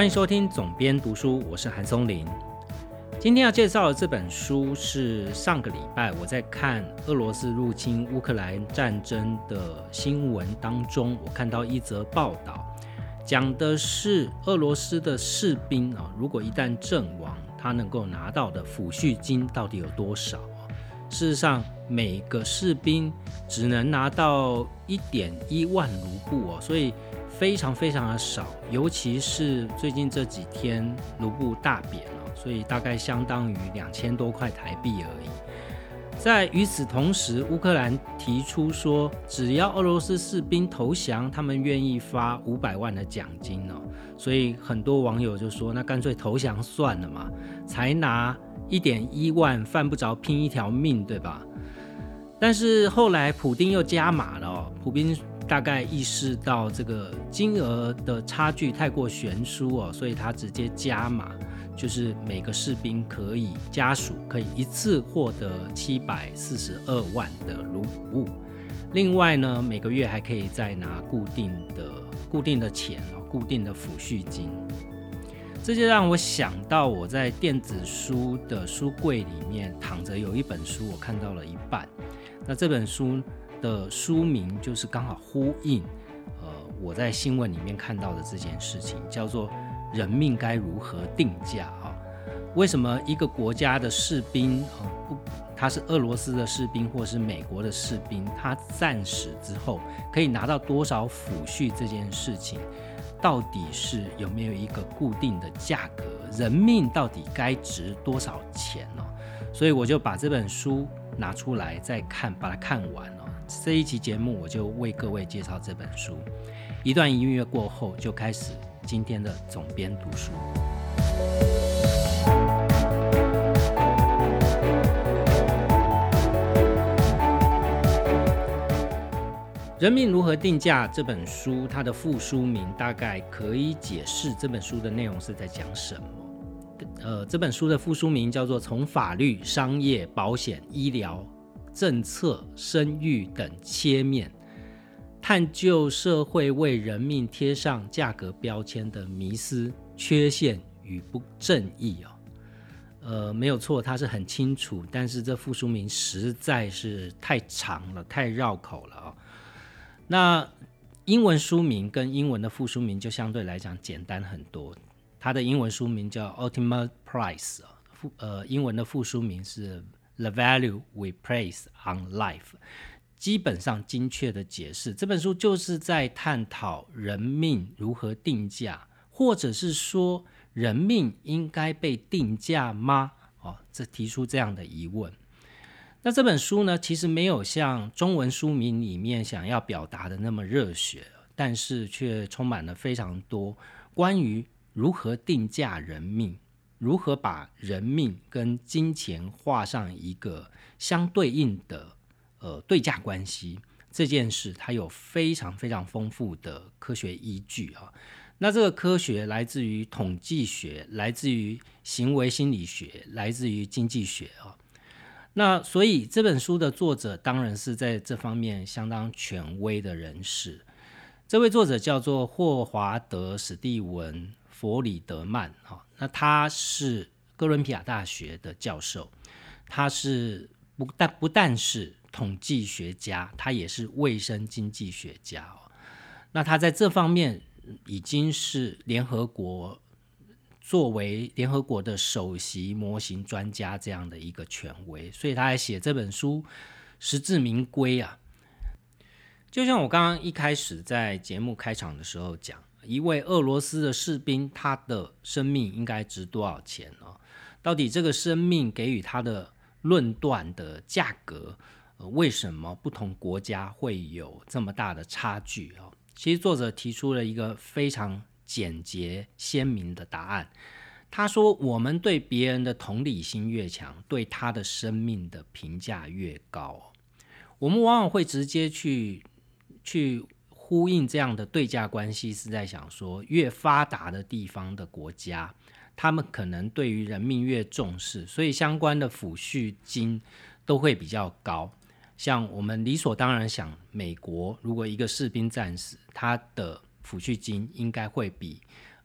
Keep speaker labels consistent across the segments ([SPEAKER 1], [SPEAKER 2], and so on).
[SPEAKER 1] 欢迎收听总编读书，我是韩松林。今天要介绍的这本书是上个礼拜我在看俄罗斯入侵乌克兰战争的新闻当中，我看到一则报道，讲的是俄罗斯的士兵如果一旦阵亡，他能够拿到的抚恤金到底有多少。事实上，每个士兵只能拿到 1.1 万卢布所以非常非常的少，尤其是最近这几天卢布大贬所以大概相当于2000多块台币而已。在与此同时，乌克兰提出说，只要俄罗斯士兵投降，他们愿意发500万的奖金所以很多网友就说，那干脆投降算了嘛，才拿 1.1 万，犯不着拼一条命，对吧？但是后来普丁又加码了普丁大概意识到这个金额的差距太过悬殊所以他直接加码，就是每个士兵家属可以一次获得742万的卢布，另外呢，每个月还可以再拿固定的钱固定的抚恤金。这就让我想到我在电子书的书柜里面躺着有一本书，我看到了一半，那这本书的书名就是刚好呼应我在新闻里面看到的这件事情，叫做人命该如何定价为什么一个国家的士兵他是俄罗斯的士兵或是美国的士兵，他战死之后可以拿到多少抚恤，这件事情到底是有没有一个固定的价格，人命到底该值多少钱所以我就把这本书拿出来再看，把它看完这一期节目我就为各位介绍这本书。一段音乐过后，就开始今天的总编读书。人命如何定价这本书，它的副书名大概可以解释这本书的内容是在讲什么。这本书的副书名叫做从法律、商业、保险、医疗、政策、生育等切面，探究社会为人命贴上价格标签的迷思、缺陷与不正义没有错，它是很清楚，但是这副书名实在是太长了，太绕口了那英文书名跟英文的副书名就相对来讲简单很多，它的英文书名叫 Ultimate Price，英文的副书名是 The Value We Place on Life。 基本上精确的解释，这本书就是在探讨人命如何定价，或者是说人命应该被定价吗这提出这样的疑问。那这本书呢，其实没有像中文书名里面想要表达的那么热血，但是却充满了非常多关于如何定价人命，如何把人命跟金钱画上一个相对应的对价关系这件事，它有非常非常丰富的科学依据那这个科学来自于统计学，来自于行为心理学，来自于经济学那所以这本书的作者当然是在这方面相当权威的人士。这位作者叫做霍华德·史蒂文·弗里德曼那他是哥伦比亚大学的教授，他是不但是统计学家，他也是卫生经济学家那他在这方面已经是作为联合国的首席模型专家这样的一个权威，所以他还写这本书实至名归就像我刚刚一开始在节目开场的时候讲，一位俄罗斯的士兵，他的生命应该值多少钱到底这个生命给予他的论断的价格为什么不同国家会有这么大的差距其实作者提出了一个非常简洁鲜明的答案。他说，我们对别人的同理心越强，对他的生命的评价越高我们往往会直接去呼应这样的对价关系，是在想说，越发达的地方的国家，他们可能对于人命越重视，所以相关的抚恤金都会比较高。像我们理所当然想，美国如果一个士兵战死，他的抚恤金应该会比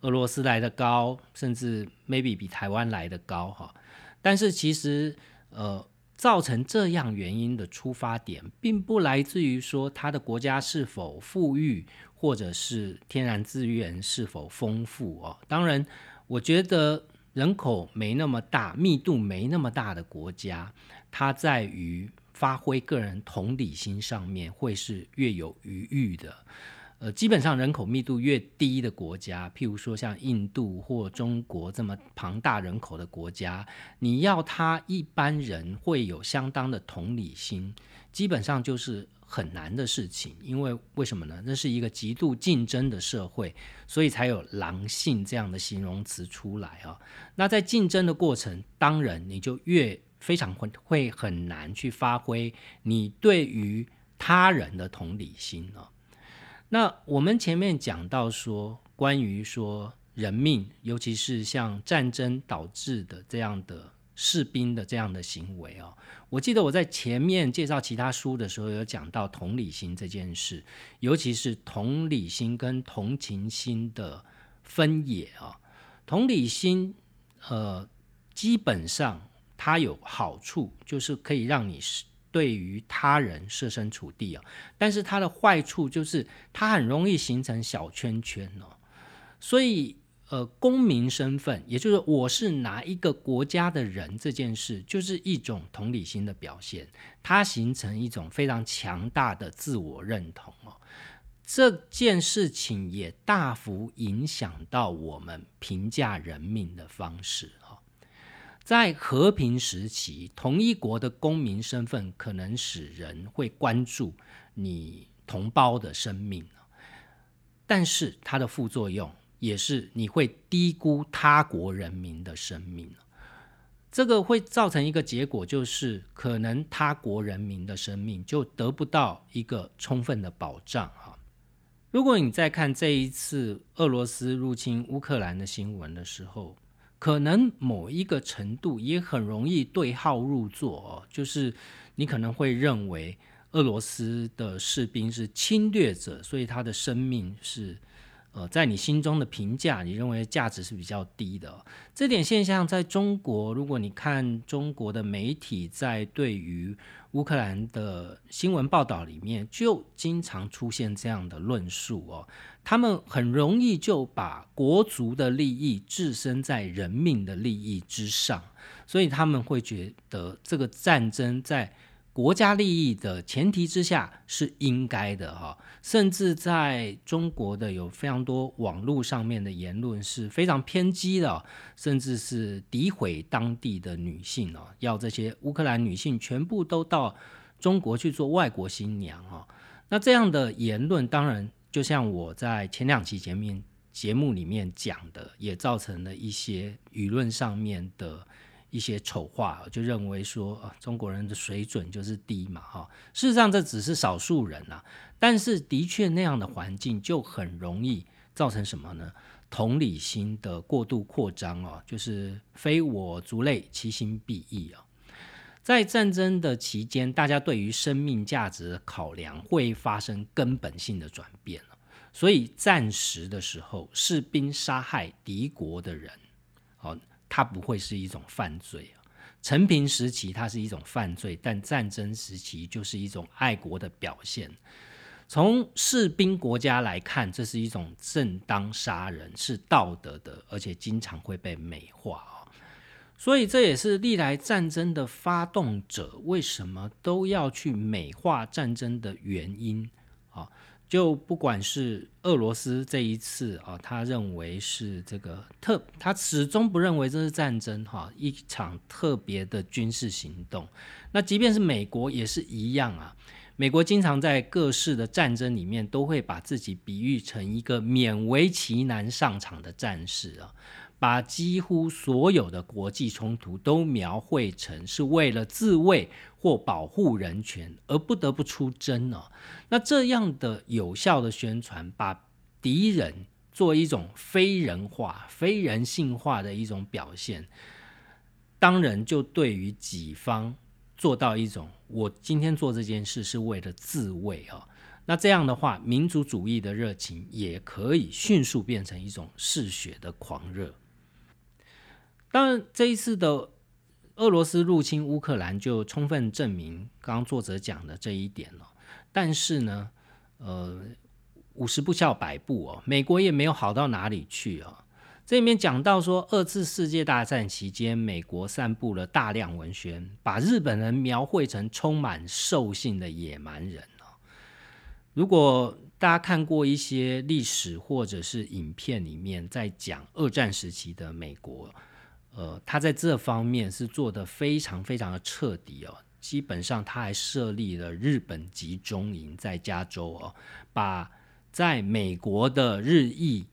[SPEAKER 1] 俄罗斯来的高，甚至 maybe 比台湾来的高哈。但是其实造成这样原因的出发点，并不来自于说他的国家是否富裕，或者是天然资源是否丰富哦。当然，我觉得人口没那么大、密度没那么大的国家，它在于发挥个人同理心上面会是越有余裕的。基本上人口密度越低的国家，譬如说像印度或中国这么庞大人口的国家，你要他一般人会有相当的同理心，基本上就是很难的事情。因为什么呢？那是一个极度竞争的社会，所以才有狼性这样的形容词出来啊。那在竞争的过程，当然你就越非常会很难去发挥你对于他人的同理心啊。那我们前面讲到说，关于说人命，尤其是像战争导致的这样的士兵的这样的行为哦，我记得我在前面介绍其他书的时候有讲到同理心这件事，尤其是同理心跟同情心的分野啊。同理心基本上它有好处，就是可以让你对于他人设身处地哦，但是它的坏处就是它很容易形成小圈圈哦。所以公民身份，也就是我是哪一个国家的人这件事，就是一种同理心的表现，它形成一种非常强大的自我认同哦。这件事情也大幅影响到我们评价人命的方式哦。在和平时期，同一国的公民身份可能使人会关注你同胞的生命，但是它的副作用也是你会低估他国人民的生命。这个会造成一个结果，就是可能他国人民的生命就得不到一个充分的保障。如果你在看这一次俄罗斯入侵乌克兰的新闻的时候，可能某一个程度也很容易对号入座哦，就是你可能会认为俄罗斯的士兵是侵略者，所以他的生命是在你心中的评价，你认为价值是比较低的哦。这点现象在中国，如果你看中国的媒体在对于乌克兰的新闻报道里面，就经常出现这样的论述哦。他们很容易就把国族的利益置身在人命的利益之上，所以他们会觉得这个战争在国家利益的前提之下是应该的哈。甚至在中国的有非常多网络上面的言论是非常偏激的，甚至是诋毁当地的女性哦，要这些乌克兰女性全部都到中国去做外国新娘哦。那这样的言论当然就像我在前2期节目里面讲的，也造成了一些舆论上面的一些丑化，就认为说中国人的水准就是低嘛。事实上这只是少数人啊，但是的确那样的环境就很容易造成什么呢？同理心的过度扩张哦，就是非我族类，其心必异哦。在战争的期间，大家对于生命价值的考量会发生根本性的转变，所以战时的时候，士兵杀害敌国的人，它不会是一种犯罪。陈平时期它是一种犯罪，但战争时期就是一种爱国的表现。从士兵国家来看，这是一种正当杀人，是道德的，而且经常会被美化。所以这也是历来战争的发动者为什么都要去美化战争的原因。就不管是俄罗斯这一次他认为是这个他始终不认为这是战争一场特别的军事行动。那即便是美国也是一样啊，美国经常在各式的战争里面都会把自己比喻成一个勉为其难上场的战士啊，把几乎所有的国际冲突都描绘成是为了自卫或保护人权而不得不出征哦。那这样的有效的宣传，把敌人做一种非人化、非人性化的一种表现，当然就对于己方做到一种我今天做这件事是为了自卫哦。 那这样的话，民族主义的热情也可以迅速变成一种嗜血的狂热。当然，这一次的俄罗斯入侵乌克兰就充分证明刚刚作者讲的这一点了。但是呢，50不孝百步哦，美国也没有好到哪里去哦。这里面讲到说，二次世界大战期间，美国散布了大量文宣，把日本人描绘成充满兽性的野蛮人哦。如果大家看过一些历史或者是影片里面在讲二战时期的美国，他在这方面是做得非常非常的彻底哦。基本上他还设立了日本集中营在加州哦，把在美国的日裔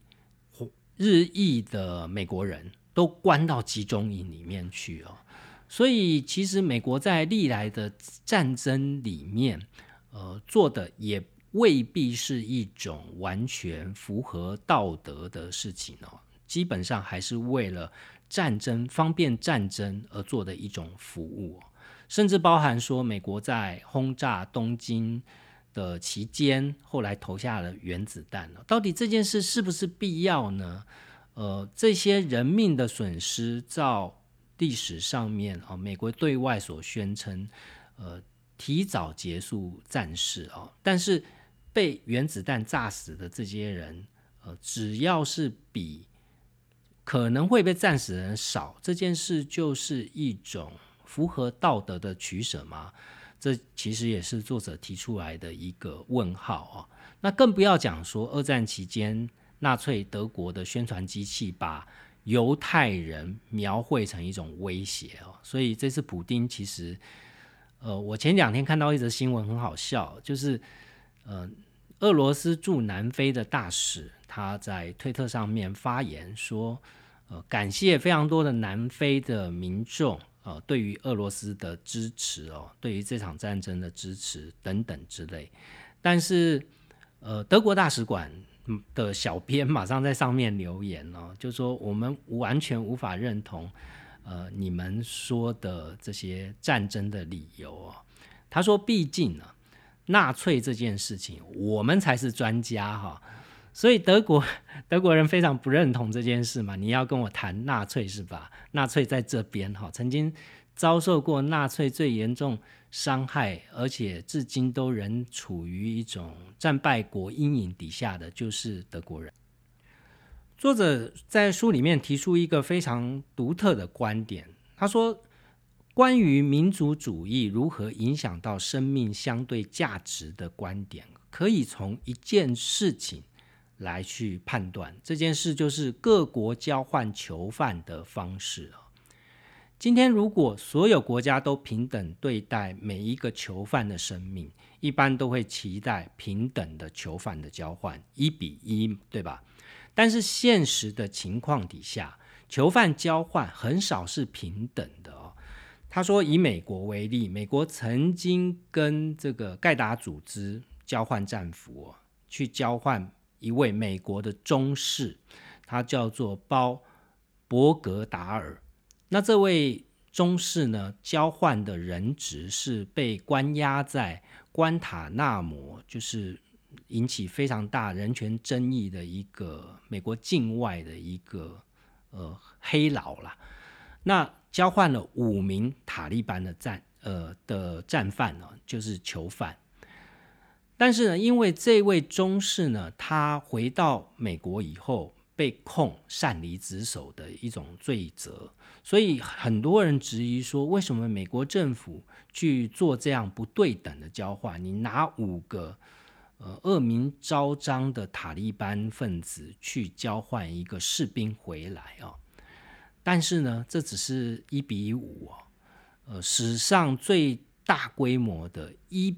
[SPEAKER 1] 的美国人都关到集中营里面去哦。所以其实美国在历来的战争里面，做的也未必是一种完全符合道德的事情哦。基本上还是为了战争方便战争而做的一种服务哦。甚至包含说美国在轰炸东京的期间后来投下了原子弹哦。到底这件事是不是必要呢？这些人命的损失照历史上面美国对外所宣称提早结束战事但是被原子弹炸死的这些人只要是比可能会被战死的人少，这件事就是一种符合道德的取舍吗？这其实也是作者提出来的一个问号那更不要讲说二战期间纳粹德国的宣传机器把犹太人描绘成一种威胁所以这次普丁其实我前2天看到一则新闻很好笑，就是俄罗斯驻南非的大使他在推特上面发言说感谢非常多的南非的民众对于俄罗斯的支持对于这场战争的支持等等之类。但是德国大使馆的小编马上在上面留言就说我们完全无法认同你们说的这些战争的理由他说毕竟纳粹这件事情我们才是专家所以德国人非常不认同这件事嘛，你要跟我谈纳粹是吧？纳粹在这边曾经遭受过纳粹最严重伤害，而且至今都仍处于一种战败国阴影底下的就是德国人。作者在书里面提出一个非常独特的观点，他说关于民族主义如何影响到生命相对价值的观点，可以从一件事情来去判断，这件事就是各国交换囚犯的方式今天如果所有国家都平等对待每一个囚犯的生命，一般都会期待平等的囚犯的交换，1:1，对吧？但是现实的情况底下，囚犯交换很少是平等的他说以美国为例，美国曾经跟这个盖达组织交换战俘去交换一位美国的中士，他叫做伯格达尔。那这位中士呢，交换的人质是被关押在关塔那摩，就是引起非常大人权争议的一个美国境外的一个黑牢啦。那交换了5名塔利班的战犯就是囚犯。但是呢，因为这位中士呢，他回到美国以后被控擅离职守的一种罪责，所以很多人质疑说，为什么美国政府去做这样不对等的交换？你拿5个恶名昭彰的塔利班分子去交换一个士兵回来但是呢，这只是1:5史上最大规模的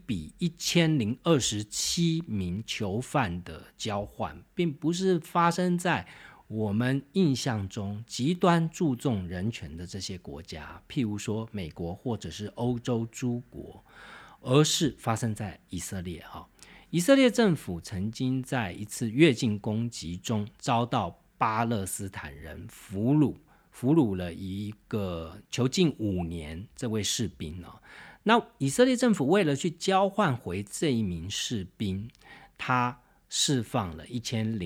[SPEAKER 1] 1:1027名囚犯的交换，并不是发生在我们印象中极端注重人权的这些国家，譬如说美国或者是欧洲诸国，而是发生在以色列以色列政府曾经在一次越境攻击中遭到巴勒斯坦人俘虏了一个囚禁5年这位士兵那以色列政府为了去交换回这一名士兵，他释放了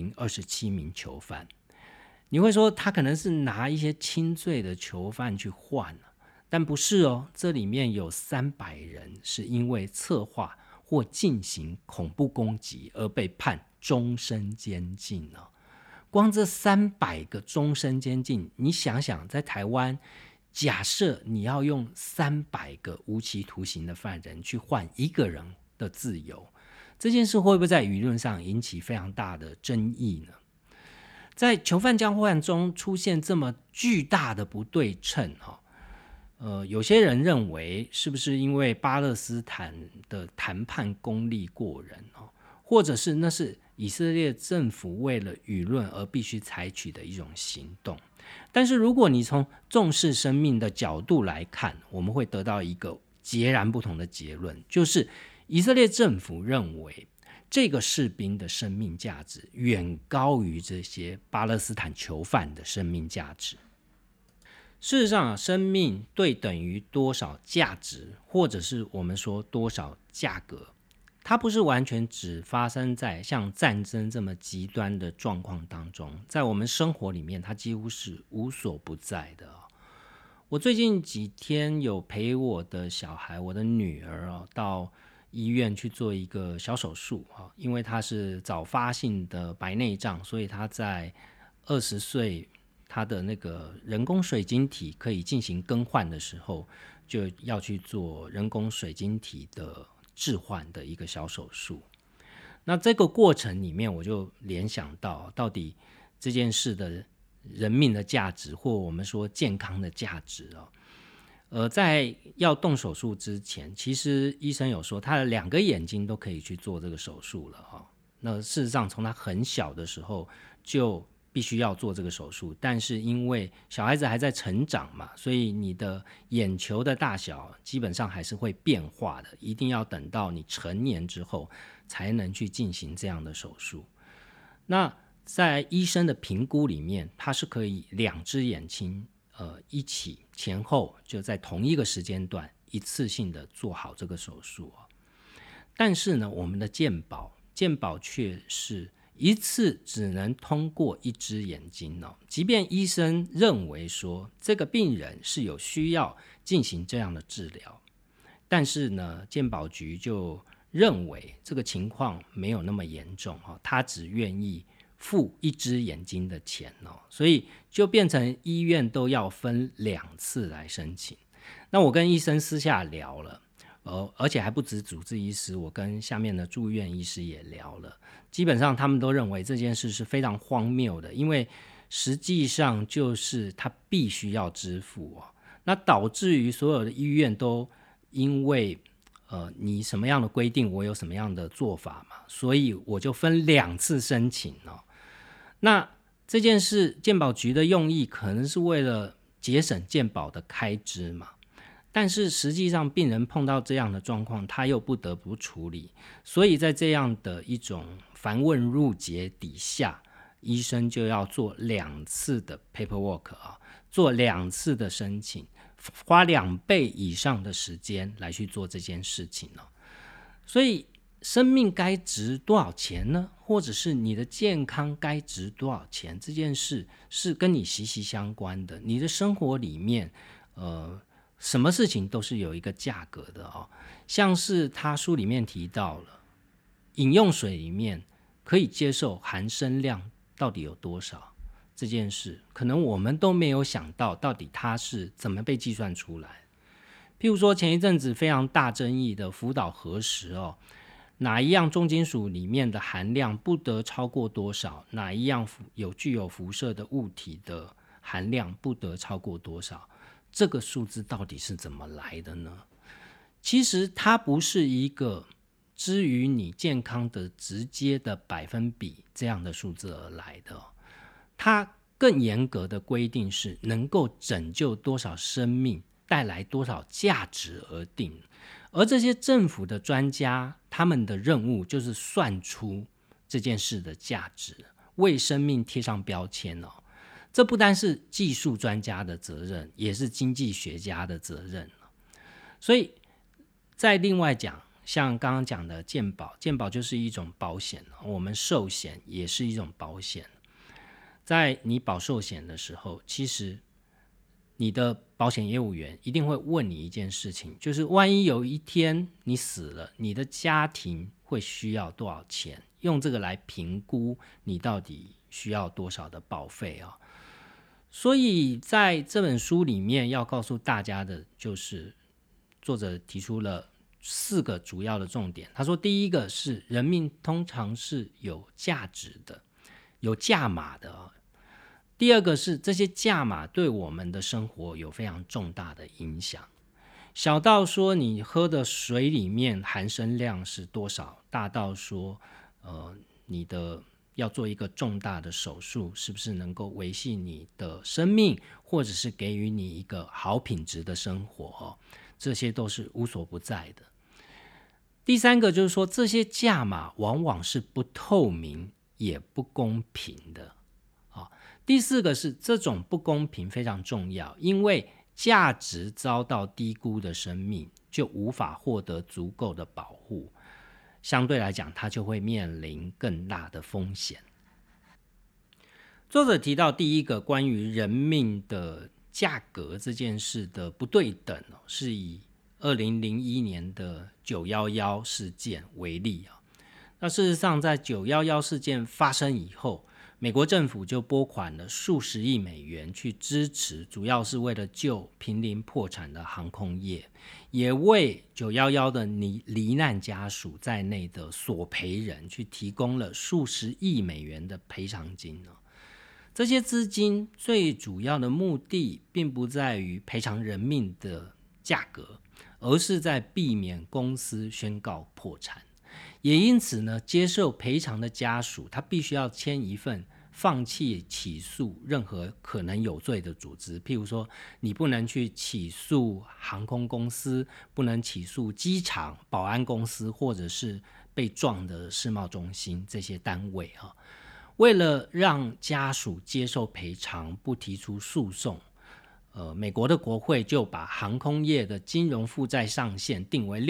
[SPEAKER 1] 1027名囚犯。你会说他可能是拿一些轻罪的囚犯去换，但不是哦，这里面有300人是因为策划或进行恐怖攻击而被判终身监禁哦。光这300个终身监禁，你想想，在台湾，假设你要用300个无期徒刑的犯人去换一个人的自由，这件事会不会在舆论上引起非常大的争议呢？在囚犯交换中出现这么巨大的不对称，有些人认为是不是因为巴勒斯坦的谈判功力过人，或者是那是以色列政府为了舆论而必须采取的一种行动。但是如果你从重视生命的角度来看，我们会得到一个截然不同的结论，就是以色列政府认为这个士兵的生命价值远高于这些巴勒斯坦囚犯的生命价值。事实上，生命对等于多少价值，或者是我们说多少价格，它不是完全只发生在像战争这么极端的状况当中，在我们生活里面它几乎是无所不在的。我最近几天有陪我的小孩，我的女儿到医院去做一个小手术，因为她是早发性的白内障，所以她在20岁他的那个人工水晶体可以进行更换的时候，就要去做人工水晶体的置换的一个小手术。那这个过程里面，我就联想到底这件事的人命的价值，或我们说健康的价值在要动手术之前，其实医生有说他的2个眼睛都可以去做这个手术了那事实上从他很小的时候就必须要做这个手术，但是因为小孩子还在成长嘛，所以你的眼球的大小基本上还是会变化的，一定要等到你成年之后才能去进行这样的手术。那在医生的评估里面，他是可以2只眼睛一起前后就在同一个时间段一次性的做好这个手术但是呢，我们的健保却是一次只能通过1只眼睛即便医生认为说这个病人是有需要进行这样的治疗，但是呢，健保局就认为这个情况没有那么严重他只愿意付1只眼睛的钱所以就变成医院都要分2次来申请。那我跟医生私下聊了而且还不止主治医师，我跟下面的住院医师也聊了，基本上他们都认为这件事是非常荒谬的，因为实际上就是他必须要支付那导致于所有的医院都因为你什么样的规定，我有什么样的做法嘛，所以我就分2次申请那这件事健保局的用意可能是为了节省健保的开支嘛，但是实际上病人碰到这样的状况他又不得不处理，所以在这样的一种繁文缛节底下，医生就要做2次的 paperwork 做2次的申请，花2倍以上的时间来去做这件事情所以生命该值多少钱呢？或者是你的健康该值多少钱？这件事是跟你息息相关的。你的生活里面什么事情都是有一个价格的像是他书里面提到了饮用水里面可以接受含砷量到底有多少，这件事可能我们都没有想到到底它是怎么被计算出来。譬如说前一阵子非常大争议的福岛核食哪一样重金属里面的含量不得超过多少，哪一样具有辐射的物体的含量不得超过多少，这个数字到底是怎么来的呢？其实它不是一个至于你健康的直接的百分比这样的数字而来的它更严格的规定是能够拯救多少生命，带来多少价值而定。而这些政府的专家，他们的任务就是算出这件事的价值，为生命贴上标签这不单是技术专家的责任，也是经济学家的责任所以再另外讲，像刚刚讲的健保，健保就是一种保险，我们寿险也是一种保险。在你保寿险的时候，其实你的保险业务员一定会问你一件事情，就是万一有一天你死了，你的家庭会需要多少钱，用这个来评估你到底需要多少的保费啊。所以在这本书里面要告诉大家的就是作者提出了4个主要的重点。他说第一个是人命通常是有价值的，有价码的。第二个是这些价码对我们的生活有非常重大的影响，小到说你喝的水里面含砷量是多少，大到说你的要做一个重大的手术是不是能够维系你的生命，或者是给予你一个好品质的生活，这些都是无所不在的。第三个就是说这些价码往往是不透明也不公平的。第4个是这种不公平非常重要，因为价值遭到低估的生命就无法获得足够的保护，相对来讲它就会面临更大的风险。作者提到第一个关于人命的价格这件事的不对等，是以2001年的911事件为例。那事实上在911事件发生以后，美国政府就拨款了数十亿美元去支持，主要是为了救濒临破产的航空业，也为911的罹难家属在内的索赔人去提供了数十亿美元的赔偿金。这些资金最主要的目的并不在于赔偿人命的价格，而是在避免公司宣告破产。也因此呢，接受赔偿的家属他必须要签一份放弃起诉任何可能有罪的组织，譬如说你不能去起诉航空公司，不能起诉机场、保安公司，或者是被撞的世贸中心这些单位。为了让家属接受赔偿，不提出诉讼，美国的国会就把航空业的金融负债上限定为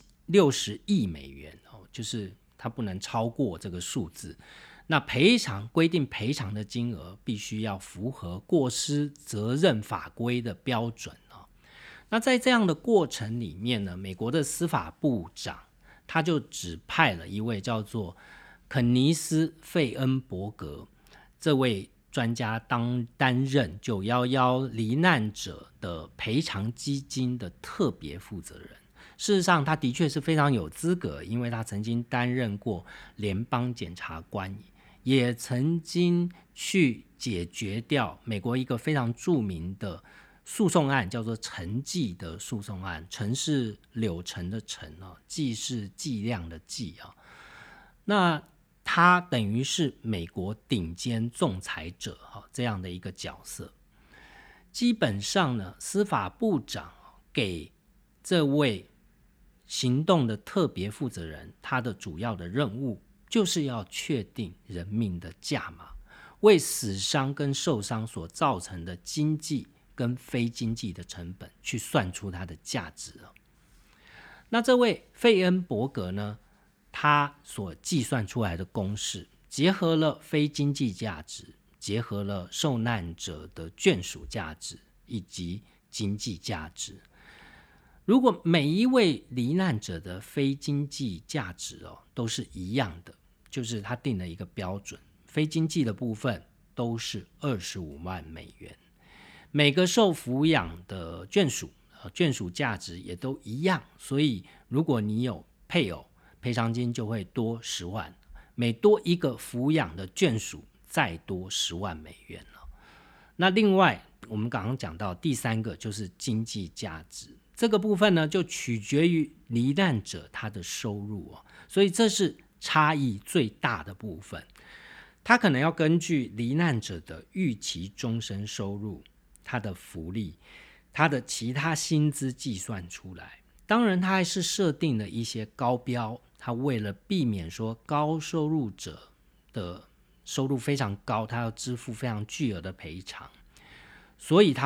[SPEAKER 1] 60亿美元，就是它不能超过这个数字。那规定赔偿的金额必须要符合过失责任法规的标准。那在这样的过程里面呢，美国的司法部长他就指派了一位叫做肯尼斯·费恩伯格这位专家担任911罹难者的赔偿基金的特别负责人。事实上他的确是非常有资格，因为他曾经担任过联邦检察官，也曾经去解决掉美国一个非常著名的诉讼案，叫做陈季的诉讼案。陈是柳橙的陈，季是剂量的剂。那他等于是美国顶尖仲裁者这样的一个角色。基本上呢，司法部长给这位行动的特别负责人，他的主要的任务就是要确定人命的价码，为死伤跟受伤所造成的经济跟非经济的成本去算出它的价值。那这位费恩伯格呢，他所计算出来的公式结合了非经济价值，结合了受难者的眷属价值以及经济价值。如果每一位罹难者的非经济价值都是一样的，就是他定了一个标准，非经济的部分都是25万美元，每个受抚养的眷属价值也都一样，所以如果你有配偶，赔偿金就会多10万，每多一个抚养的眷属再多10万美元。那另外我们刚刚讲到第3个就是经济价值，这个部分呢就取决于罹难者他的收入，所以这是差异最大的部分。他可能要根据罹难者的预期终身收入、他的福利、他的其他薪资计算出来。当然他还是设定了一些高标，他为了避免说高收入者的收入非常高，他要支付非常巨额的赔偿，所以他把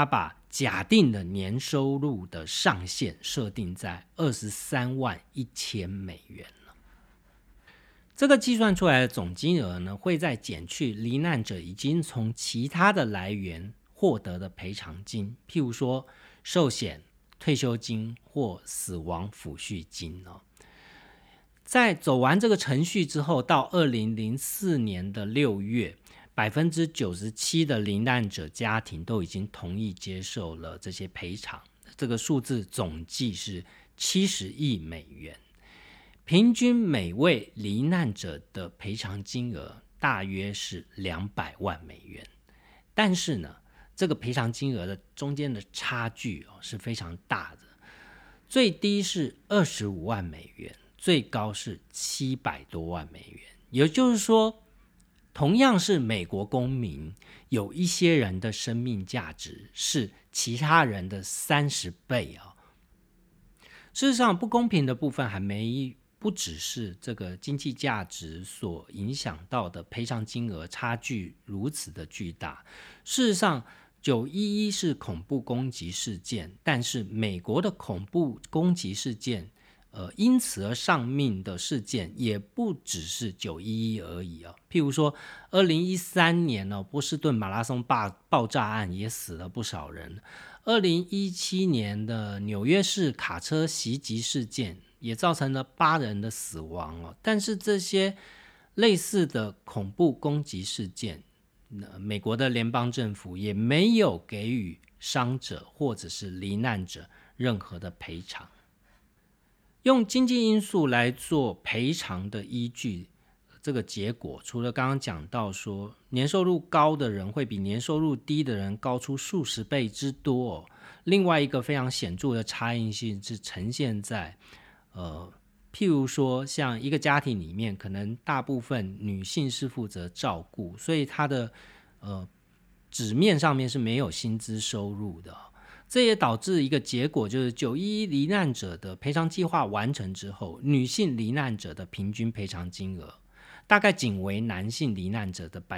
[SPEAKER 1] 假定的年收入的上限设定在23.1万了。这个计算出来的总金额呢，会再减去罹难者已经从其他的来源获得的赔偿金，譬如说寿险、退休金或死亡抚恤金哦。在走完这个程序之后，到2004年的6月，97%的罹难者家庭都已经同意接受了这些赔偿，这个数字总计是70亿美元，平均每位罹难者的赔偿金额大约是200万美元。但是呢，这个赔偿金额的中间的差距是非常大的，最低是25万美元，最高是700多万美元。也就是说，同样是美国公民，有一些人的生命价值是其他人的30倍啊。事实上，不公平的部分不只是这个经济价值所影响到的赔偿金额差距如此的巨大。事实上，911是恐怖攻击事件，但是美国的恐怖攻击事件因此而丧命的事件也不只是911而已啊。譬如说2013年波士顿马拉松爆炸案也死了不少人，2017年的纽约市卡车袭击事件也造成了8人的死亡但是这些类似的恐怖攻击事件，美国的联邦政府也没有给予伤者或者是罹难者任何的赔偿。用经济因素来做赔偿的依据，这个结果除了刚刚讲到说年收入高的人会比年收入低的人高出数十倍之多另外一个非常显著的差异性是呈现在譬如说像一个家庭里面，可能大部分女性是负责照顾，所以她的纸面上面是没有薪资收入的这也导致一个结果，就是911罹难者的赔偿计划完成之后，女性罹难者的平均赔偿金额大概仅为男性罹难者的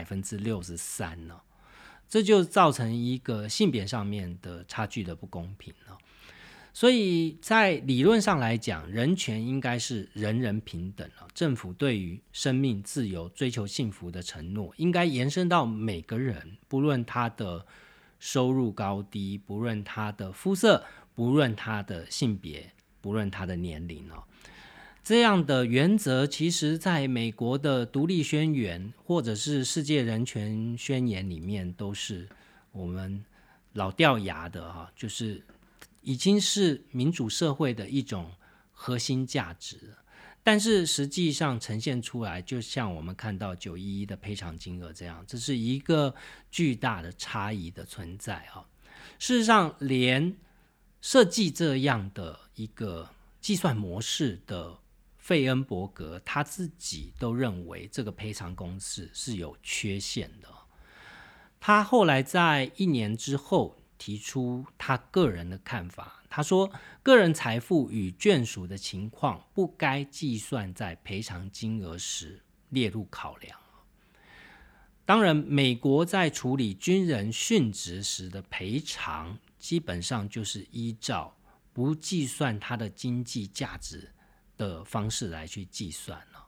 [SPEAKER 1] 63% 这就造成一个性别上面的差距的不公平所以在理论上来讲，人权应该是人人平等政府对于生命、自由、追求幸福的承诺应该延伸到每个人，不论他的收入高低，不论他的肤色，不论他的性别，不论他的年龄这样的原则其实在美国的独立宣言或者是世界人权宣言里面都是我们老掉牙的就是已经是民主社会的一种核心价值了。但是实际上呈现出来，就像我们看到911的赔偿金额这样，这是一个巨大的差异的存在事实上，连设计这样的一个计算模式的费恩伯格他自己都认为这个赔偿公式是有缺陷的。他后来在1年之后提出他个人的看法，他说个人财富与眷属的情况不该计算在赔偿金额时列入考量。当然，美国在处理军人殉职时的赔偿基本上就是依照不计算他的经济价值的方式来去计算了。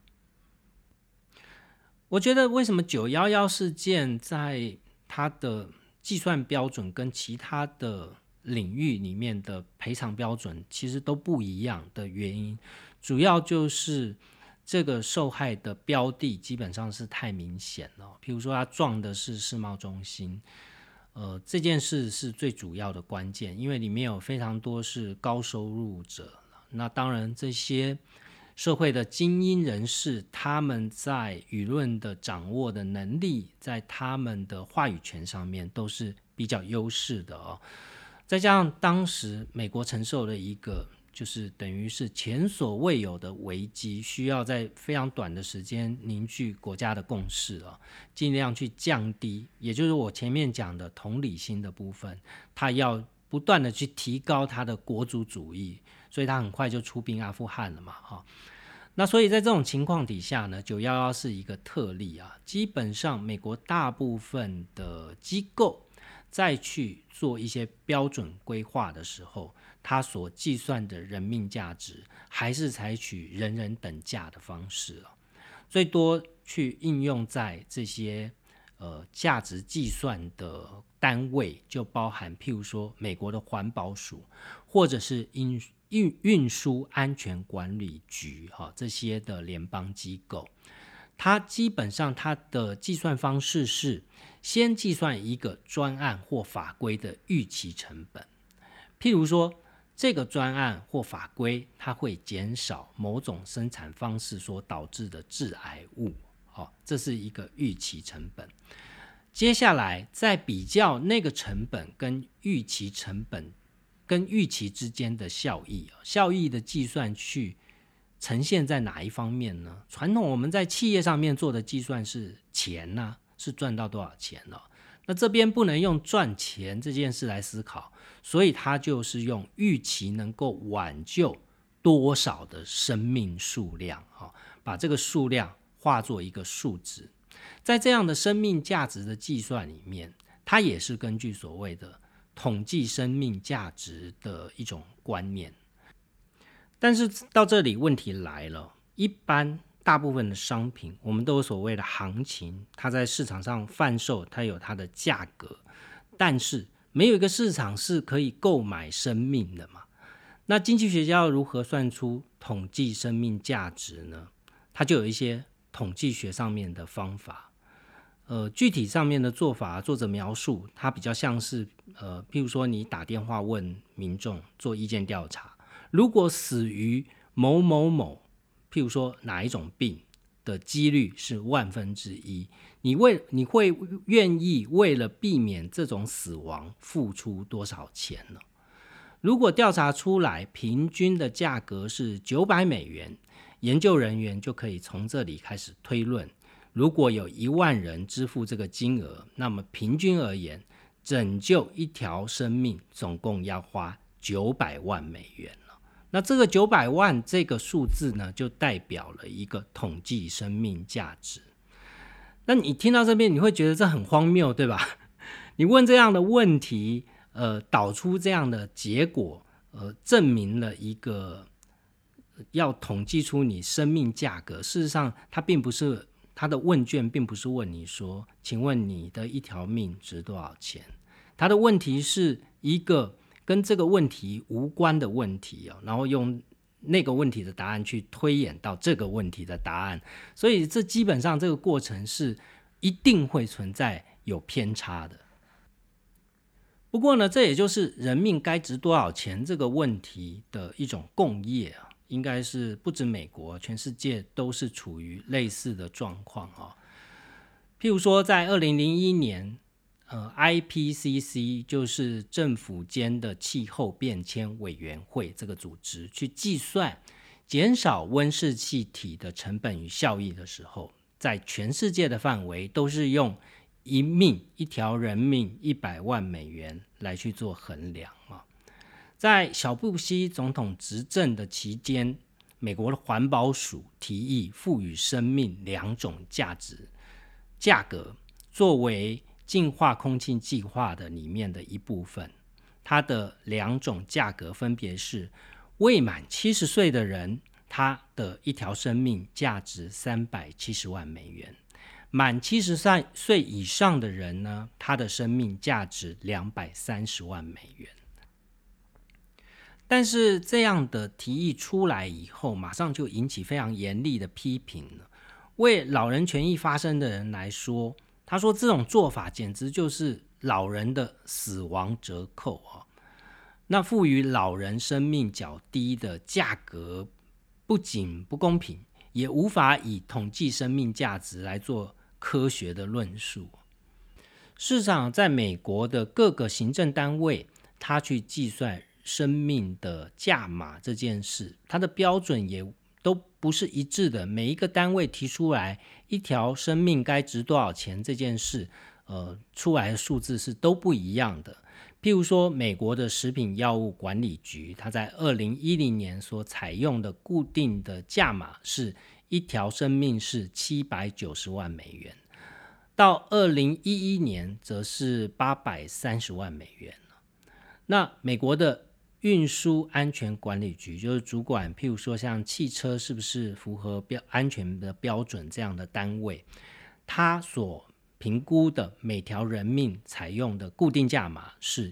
[SPEAKER 1] 我觉得为什么911事件在它的计算标准跟其他的领域里面的赔偿标准其实都不一样的原因，主要就是这个受害的标的基本上是太明显了。譬如说他撞的是世贸中心，这件事是最主要的关键，因为里面有非常多是高收入者。那当然这些社会的精英人士，他们在舆论的掌握的能力，在他们的话语权上面都是比较优势的再加上当时美国承受了一个就是等于是前所未有的危机，需要在非常短的时间凝聚国家的共识尽量去降低，也就是我前面讲的同理心的部分，他要不断的去提高他的国族主义，所以他很快就出兵阿富汗了嘛那所以在这种情况底下呢，911是一个特例基本上美国大部分的机构再去做一些标准规划的时候，它所计算的人命价值还是采取人人等价的方式最多去应用在这些价值计算的单位，就包含譬如说美国的环保署，或者是运输安全管理局这些的联邦机构。它基本上它的计算方式是先计算一个专案或法规的预期成本，譬如说这个专案或法规它会减少某种生产方式所导致的致癌物，这是一个预期成本。接下来再比较那个成本跟预期成本跟预期之间的效益，效益的计算去呈现在哪一方面呢？传统我们在企业上面做的计算是钱是赚到多少钱那这边不能用赚钱这件事来思考，所以它就是用预期能够挽救多少的生命数量把这个数量化作一个数值。在这样的生命价值的计算里面，它也是根据所谓的统计生命价值的一种观念。但是到这里问题来了，一般大部分的商品我们都有所谓的行情，它在市场上贩售，它有它的价格，但是没有一个市场是可以购买生命的嘛。那经济学家要如何算出统计生命价值呢？它就有一些统计学上面的方法。具体上面的做法，作者描述它比较像是譬如说你打电话问民众做意见调查，如果死于某某某，譬如说哪一种病的几率是1/1000，你会愿意为了避免这种死亡付出多少钱呢？如果调查出来平均的价格是$900，研究人员就可以从这里开始推论，如果有10000人支付这个金额，那么平均而言，拯救一条生命总共要花$900万了。那这个900万这个数字呢，就代表了一个统计生命价值。那你听到这边，你会觉得这很荒谬，对吧？你问这样的问题，导出这样的结果，证明了一个要统计出你生命价格。事实上，它的问卷并不是问你说，请问你的一条命值多少钱？它的问题是一个跟这个问题无关的问题然后用那个问题的答案去推演到这个问题的答案，所以这基本上这个过程是一定会存在有偏差的。不过呢，这也就是人命该值多少钱这个问题的一种共业应该是不止美国，全世界都是处于类似的状况譬如说在2001年IPCC 就是政府间的气候变迁委员会这个组织去计算减少温室气体的成本与效益的时候，在全世界的范围都是用一条人命$100万来去做衡量在小布希总统执政的期间，美国的环保署提议赋予生命2种价格作为净化空气计划的里面的一部分。它的2种价格分别是未满70岁的人，他的一条生命价值$370万，满70岁以上的人呢，他的生命价值$230万。但是这样的提议出来以后，马上就引起非常严厉的批评了。为老人权益发声的人来说，他说这种做法简直就是老人的死亡折扣那赋予老人生命较低的价格不仅不公平，也无法以统计生命价值来做科学的论述。事实上，在美国的各个行政单位，他去计算生命的价码这件事，它的标准也都不是一致的，每一个单位提出来一条生命该值多少钱这件事，出来的数字是都不一样的。譬如说美国的食品药物管理局，它在2010年所采用的固定的价码是一条生命是$790万， 到2011年则是830万美元。那美国的运输安全管理局就是主管譬如说像汽车是不是符合安全的标准这样的单位，它所评估的每条人命采用的固定价码是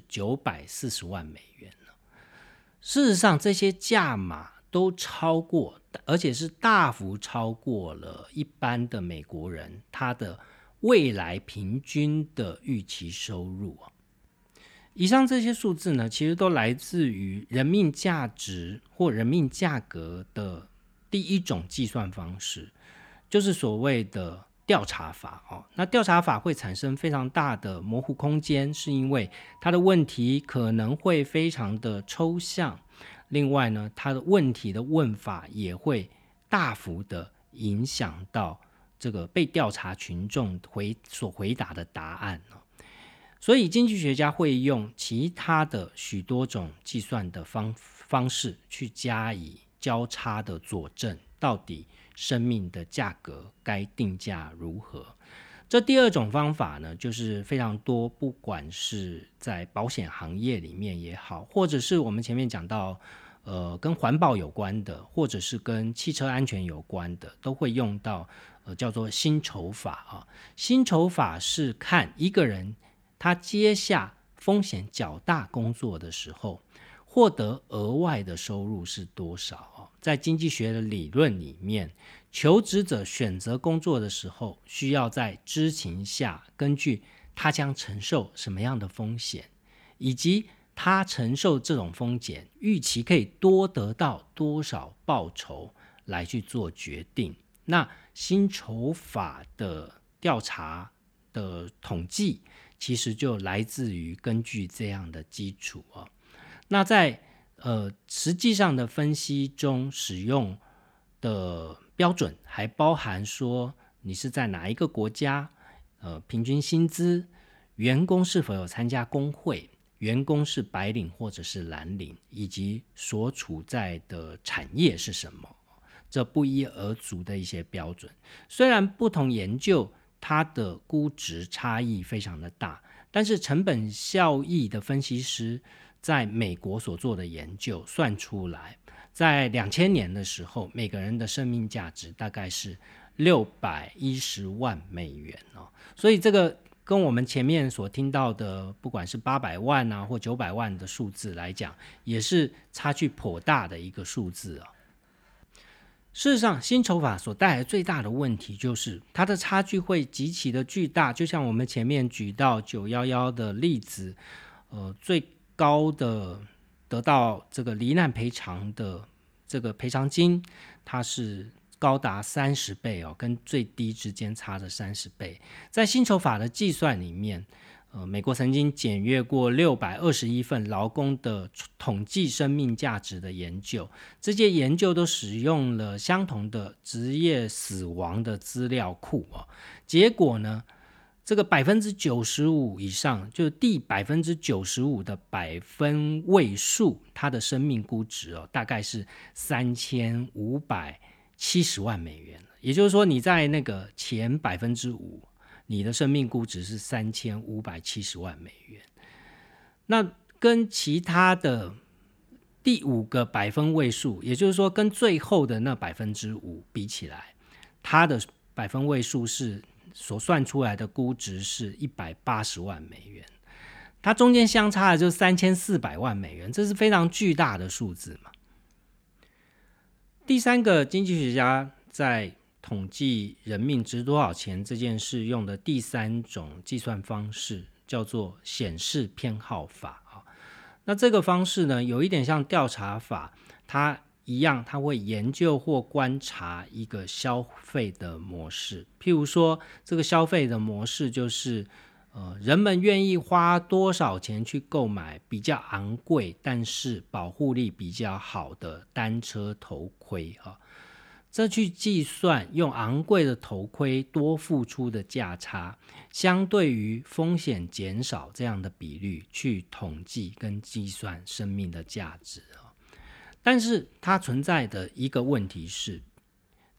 [SPEAKER 1] 940万美元。事实上这些价码都超过，而且是大幅超过了一般的美国人他的未来平均的预期收入。以上这些数字呢，其实都来自于人命价值或人命价格的第一种计算方式，就是所谓的调查法。那调查法会产生非常大的模糊空间，是因为它的问题可能会非常的抽象，另外呢，它的问题的问法也会大幅的影响到这个被调查群众所回答的答案。所以经济学家会用其他的许多种计算的方式去加以交叉的佐证，到底生命的价格该定价如何。这第二种方法呢，就是非常多，不管是在保险行业里面也好，或者是我们前面讲到跟环保有关的，或者是跟汽车安全有关的，都会用到叫做薪酬法。薪酬法是看一个人他接下风险较大工作的时候，获得额外的收入是多少。在经济学的理论里面，求职者选择工作的时候，需要在知情下，根据他将承受什么样的风险，以及他承受这种风险预期可以多得到多少报酬来去做决定。那薪酬法的调查的统计其实就来自于根据这样的基础。那在实际上的分析中使用的标准还包含说你是在哪一个国家，平均薪资，员工是否有参加工会，员工是白领或者是蓝领，以及所处在的产业是什么，这不一而足的一些标准。虽然不同研究它的估值差异非常的大，但是成本效益的分析师在美国所做的研究算出来，在2000年的时候，每个人的生命价值大概是610万美元。所以这个跟我们前面所听到的不管是800万啊或900万的数字来讲，也是差距颇大的一个数字。事实上，薪酬法所带来最大的问题就是它的差距会极其的巨大，就像我们前面举到911的例子，最高的得到这个罹难赔偿的这个赔偿金，它是高达30倍，跟最低之间差着30倍。在薪酬法的计算里面，美国曾经检阅过621份劳工的统计生命价值的研究，这些研究都使用了相同的职业死亡的资料库。结果呢，这个95%以上，就第95%的百分位数，它的生命估值大概是3570万美元。也就是说，你在那个前5%，你的生命估值是3570万美元。那跟其他的第5个百分位数，也就是说跟最后的那5%比起来，它的百分位数是所算出来的估值是180万美元，它中间相差的就是3400万美元，这是非常巨大的数字嘛。第三个经济学家在统计人命值多少钱这件事用的第三种计算方式叫做显示偏好法。那这个方式呢，有一点像调查法，它一样，它会研究或观察一个消费的模式。譬如说，这个消费的模式就是人们愿意花多少钱去购买比较昂贵但是保护力比较好的单车头盔。这去计算用昂贵的头盔多付出的价差，相对于风险减少这样的比率去统计跟计算生命的价值。但是它存在的一个问题是，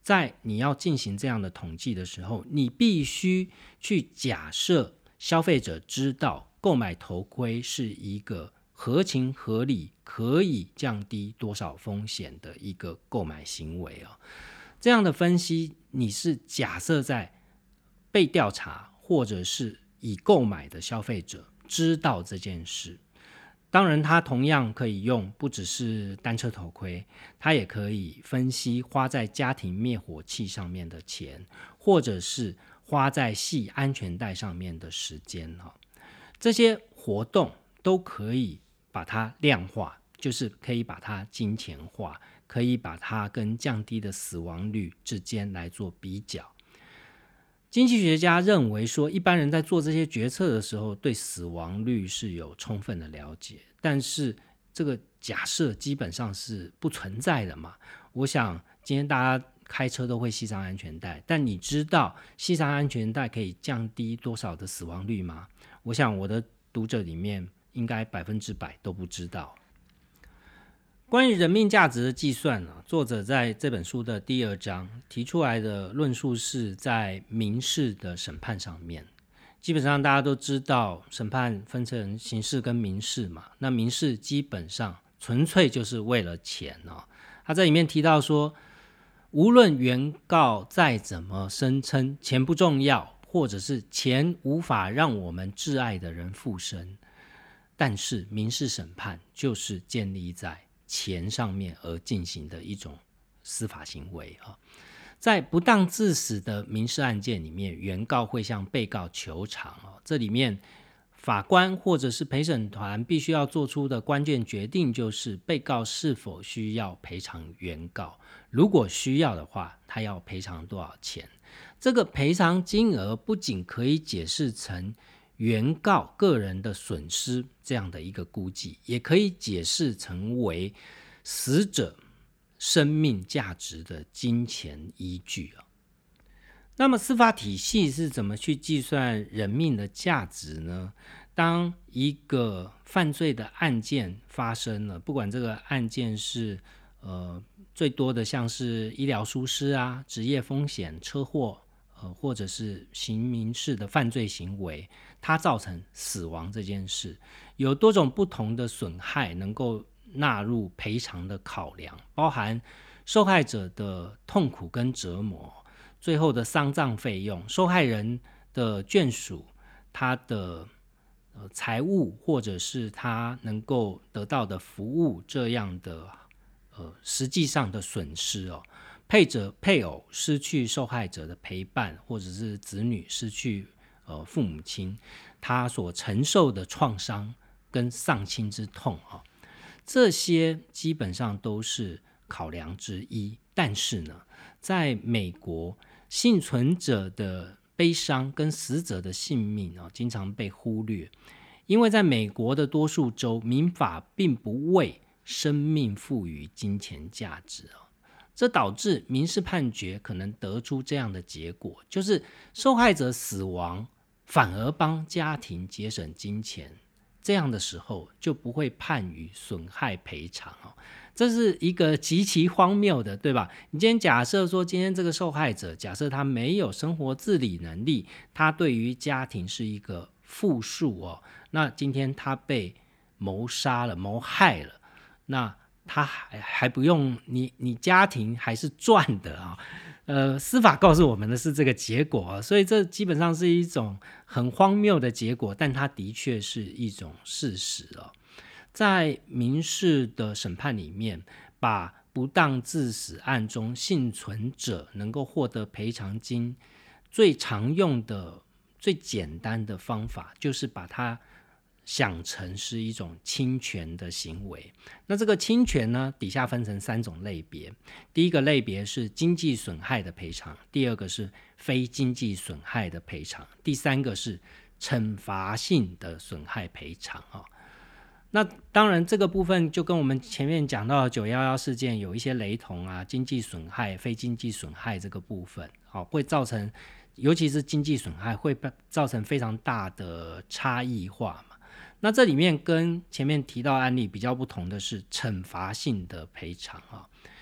[SPEAKER 1] 在你要进行这样的统计的时候，你必须去假设消费者知道购买头盔是一个合情合理可以降低多少风险的一个购买行为这样的分析你是假设在被调查或者是已购买的消费者知道这件事。当然它同样可以用不只是单车头盔，它也可以分析花在家庭灭火器上面的钱，或者是花在系安全带上面的时间这些活动都可以把它量化，就是可以把它金钱化，可以把它跟降低的死亡率之间来做比较。经济学家认为说，一般人在做这些决策的时候，对死亡率是有充分的了解，但是这个假设基本上是不存在的嘛。我想今天大家开车都会系上安全带，但你知道系上安全带可以降低多少的死亡率吗？我想我的读者里面应该100%都不知道。关于人命价值的计算作者在这本书的第2章提出来的论述是在民事的审判上面。基本上大家都知道审判分成刑事跟民事嘛，那民事基本上纯粹就是为了钱他在里面提到说，无论原告再怎么声称钱不重要，或者是钱无法让我们挚爱的人复生，但是民事审判就是建立在钱上面而进行的一种司法行为在不当致死的民事案件里面，原告会向被告求偿这里面法官或者是陪审团必须要做出的关键决定就是被告是否需要赔偿原告，如果需要的话，他要赔偿多少钱。这个赔偿金额不仅可以解释成原告个人的损失这样的一个估计，也可以解释成为死者生命价值的金钱依据那么司法体系是怎么去计算人命的价值呢？当一个犯罪的案件发生了，不管这个案件是最多的像是医疗疏失啊、职业风险、车祸或者是刑事的犯罪行为，它造成死亡这件事，有多种不同的损害能够纳入赔偿的考量，包含受害者的痛苦跟折磨，最后的丧葬费用，受害人的眷属他的财务或者是他能够得到的服务这样的实际上的损失配偶失去受害者的陪伴，或者是子女失去父母亲，他所承受的创伤跟丧亲之痛这些基本上都是考量之一。但是呢，在美国，幸存者的悲伤跟死者的性命经常被忽略，因为在美国的多数州，民法并不为生命赋予金钱价值这导致民事判决可能得出这样的结果，就是受害者死亡反而帮家庭节省金钱，这样的时候就不会判予损害赔偿这是一个极其荒谬的，对吧？你今天假设说，今天这个受害者假设他没有生活自理能力，他对于家庭是一个负数那今天他被谋杀了、谋害了，那他还不用你家庭还是赚的司法告诉我们的是这个结果所以这基本上是一种很荒谬的结果，但它的确是一种事实在民事的审判里面，把不当致死案中幸存者能够获得赔偿金最常用的、最简单的方法，就是把它想成是一种侵权的行为。那这个侵权呢，底下分成3种类别。第一个类别是经济损害的赔偿，第二个是非经济损害的赔偿，第三个是惩罚性的损害赔偿那当然这个部分就跟我们前面讲到的911事件有一些雷同经济损害、非经济损害这个部分会造成，尤其是经济损害会造成非常大的差异化嘛。那这里面跟前面提到案例比较不同的是惩罚性的赔偿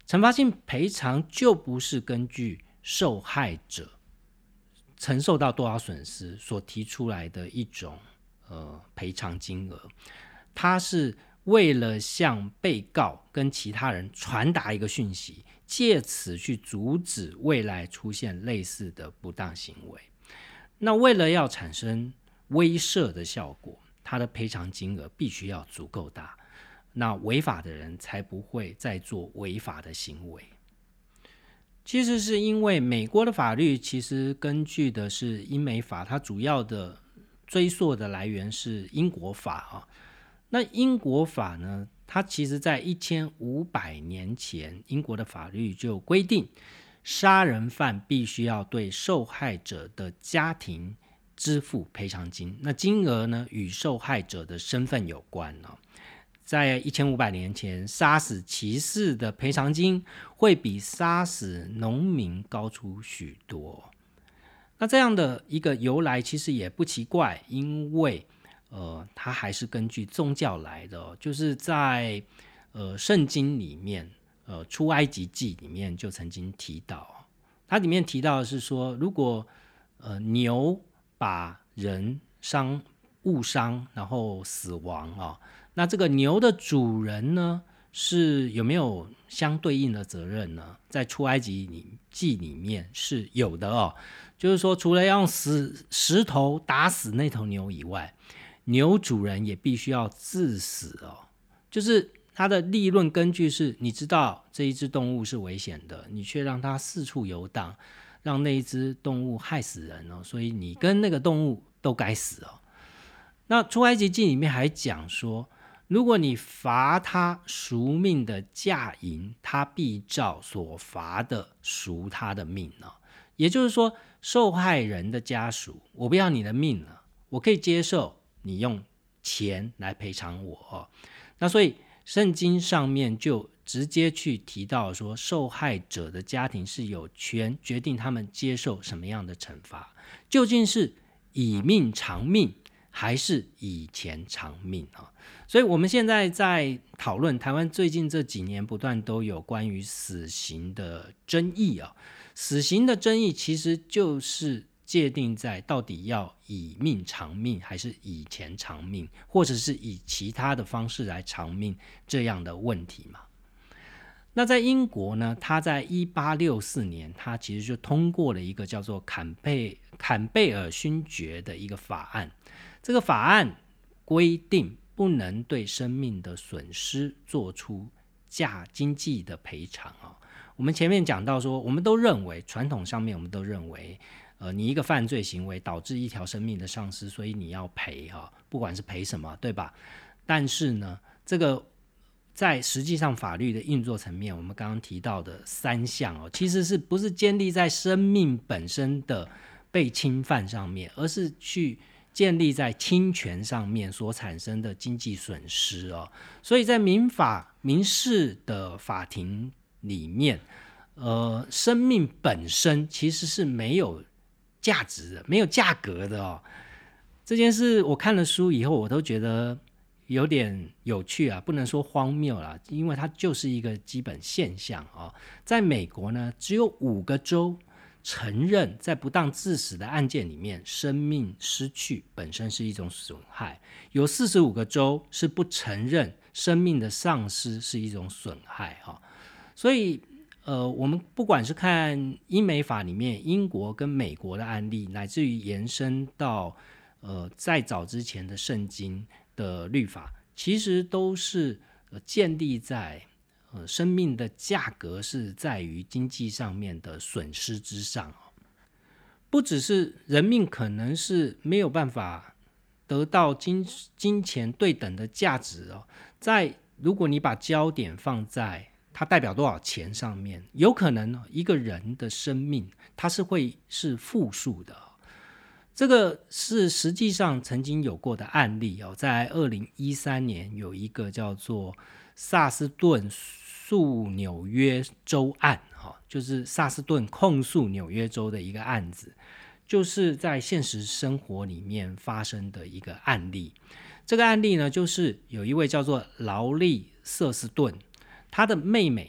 [SPEAKER 1] 惩罚性赔偿就不是根据受害者承受到多少损失所提出来的一种赔偿金额，它是为了向被告跟其他人传达一个讯息，借此去阻止未来出现类似的不当行为。那为了要产生威慑的效果，它的赔偿金额必须要足够大，那违法的人才不会再做违法的行为。其实是因为美国的法律其实根据的是英美法，它主要的追溯的来源是英国法那英国法呢，它其实在1500年前，英国的法律就规定，杀人犯必须要对受害者的家庭支付赔偿金，那金额呢与受害者的身份有关在1500年前，杀死骑士的赔偿金会比杀死农民高出许多。那这样的一个由来其实也不奇怪，因为它还是根据宗教来的就是在圣经里面出埃及记里面就曾经提到，它里面提到的是说，如果牛把人误伤然后死亡那这个牛的主人呢是有没有相对应的责任呢？在出埃及记里面是有的就是说除了要用石头打死那头牛以外，牛主人也必须要致死就是它的立论根据是，你知道这一只动物是危险的，你却让它四处游荡，让那一只动物害死人所以你跟那个动物都该死那出埃及记里面还讲说，如果你罚他赎命的价银，他必照所罚的赎他的命也就是说，受害人的家属，我不要你的命了，我可以接受你用钱来赔偿我那所以圣经上面就直接去提到说，受害者的家庭是有权决定他们接受什么样的惩罚，究竟是以命偿命还是以钱偿命所以我们现在在讨论台湾最近这几年不断都有关于死刑的争议死刑的争议其实就是界定在到底要以命偿命还是以钱偿命，或者是以其他的方式来偿命这样的问题嘛。那在英国呢，他在1864年他其实就通过了一个叫做坎贝尔勋爵的一个法案，这个法案规定不能对生命的损失做出经济的赔偿我们前面讲到说，我们都认为传统上面我们都认为你一个犯罪行为导致一条生命的丧失，所以你要赔不管是赔什么，对吧？但是呢，这个在实际上法律的运作层面，我们刚刚提到的3项其实是不是建立在生命本身的被侵犯上面，而是去建立在侵权上面所产生的经济损失所以在民事的法庭里面生命本身其实是没有价值的，没有价格的这件事我看了书以后我都觉得有点有趣不能说荒谬啦，因为它就是一个基本现象在美国呢，只有5个州承认在不当致死的案件里面，生命失去本身是一种损害，有45个州是不承认生命的丧失是一种损害所以我们不管是看英美法里面英国跟美国的案例，乃至于延伸到在早之前的圣经的律法，其实都是建立在生命的价格是在于经济上面的损失之上不只是人命可能是没有办法得到金钱对等的价值在如果你把焦点放在它代表多少钱上面，有可能一个人的生命它会是负数的这个是实际上曾经有过的案例在2013年有一个叫做萨斯顿诉纽约州案就是萨斯顿控诉纽约州的一个案子，就是在现实生活里面发生的一个案例。这个案例呢，就是有一位叫做劳利瑟斯顿，他的妹妹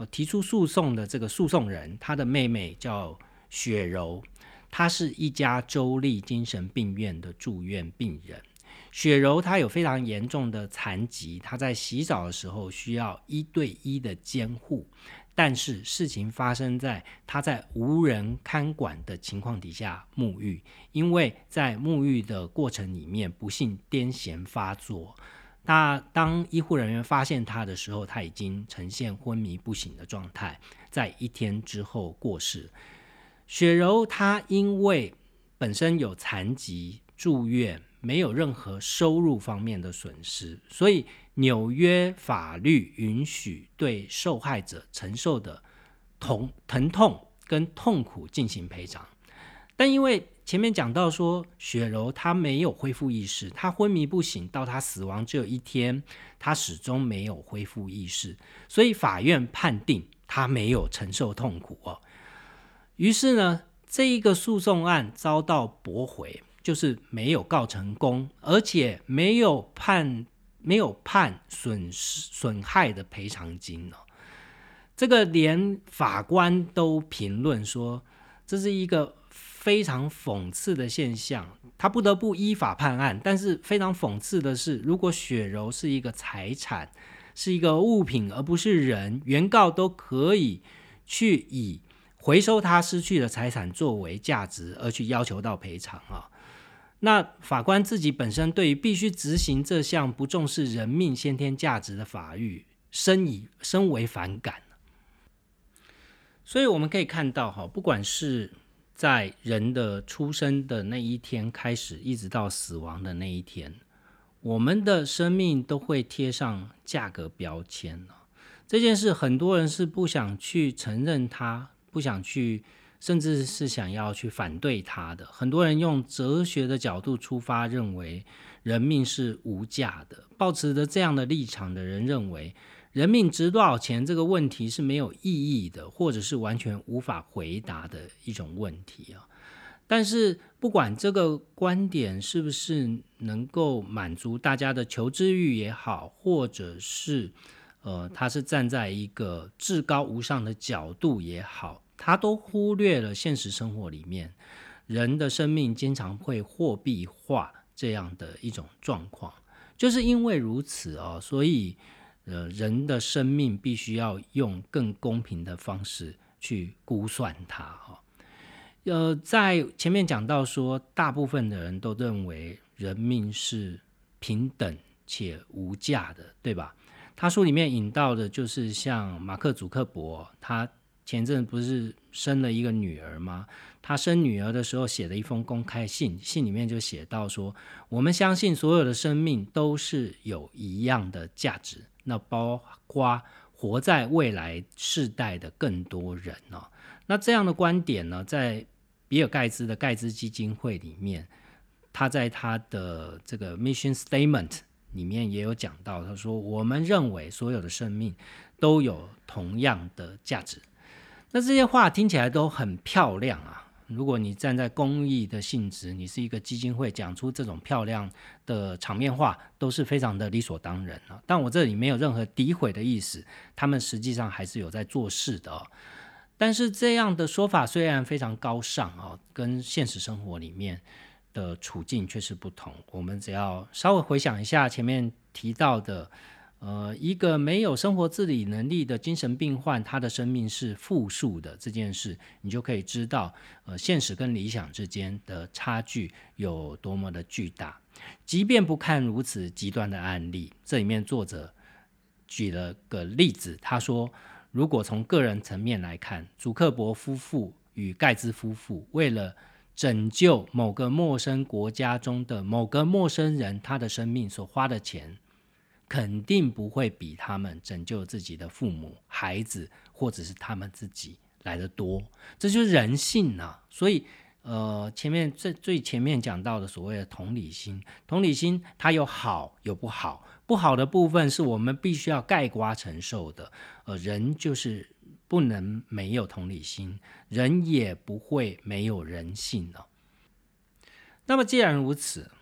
[SPEAKER 1] 提出诉讼的这个诉讼人，他的妹妹叫雪柔，她是一家州立精神病院的住院病人。雪柔她有非常严重的残疾，她在洗澡的时候需要1对1的监护，但是事情发生在她在无人看管的情况底下沐浴，因为在沐浴的过程里面不幸癫痫发作。那当医护人员发现她的时候，她已经呈现昏迷不醒的状态，在1天之后过世。雪柔她因为本身有残疾住院，没有任何收入方面的损失，所以纽约法律允许对受害者承受的疼痛跟痛苦进行赔偿。但因为前面讲到说雪柔她没有恢复意识，她昏迷不醒到她死亡只有1天，她始终没有恢复意识，所以法院判定她没有承受痛苦于是呢，这一个诉讼案遭到驳回，就是没有告成功，而且没有判损害的赔偿金这个连法官都评论说，这是一个非常讽刺的现象，他不得不依法判案。但是非常讽刺的是，如果雪柔是一个财产，是一个物品而不是人，原告都可以去以回收他失去的财产作为价值而去要求到赔偿那法官自己本身对于必须执行这项不重视人命先天价值的法律深为反感。所以我们可以看到不管是在人的出生的那一天开始，一直到死亡的那一天，我们的生命都会贴上价格标签这件事很多人是不想去承认它，不想去，甚至是想要去反对它的。很多人用哲学的角度出发，认为人命是无价的。抱持着这样的立场的人认为人命值多少钱这个问题是没有意义的，或者是完全无法回答的一种问题但是不管这个观点是不是能够满足大家的求知欲也好，或者是他是站在一个至高无上的角度也好，他都忽略了现实生活里面人的生命经常会货币化这样的一种状况。就是因为如此所以人的生命必须要用更公平的方式去估算它在前面讲到说，大部分的人都认为人命是平等且无价的，对吧？他书里面引到的就是像马克·祖克伯，他前阵不是生了一个女儿吗？他生女儿的时候写了一封公开信，信里面就写到说，我们相信所有的生命都是有一样的价值，那包括活在未来世代的更多人那这样的观点呢，在比尔盖茨的盖茨基金会里面，他在他的这个 mission statement 里面也有讲到，他说我们认为所有的生命都有同样的价值。那这些话听起来都很漂亮如果你站在公益的性质，你是一个基金会，讲出这种漂亮的场面话都是非常的理所当然但我这里没有任何诋毁的意思，他们实际上还是有在做事的但是这样的说法虽然非常高尚跟现实生活里面的处境却是不同。我们只要稍微回想一下前面提到的一个没有生活自理能力的精神病患，他的生命是负数的这件事，你就可以知道现实跟理想之间的差距有多么的巨大。即便不看如此极端的案例，这里面作者举了个例子，他说如果从个人层面来看，祖克伯夫妇与盖茨夫妇为了拯救某个陌生国家中的某个陌生人他的生命所花的钱，肯定不会比他们拯救自己的父母、孩子或者是他们自己来得多。这就是人性所以最前面讲到的所谓的同理心，同理心它有好有不好，不好的部分是我们必须要概括承受的人就是不能没有同理心，人也不会没有人性那么既然如此，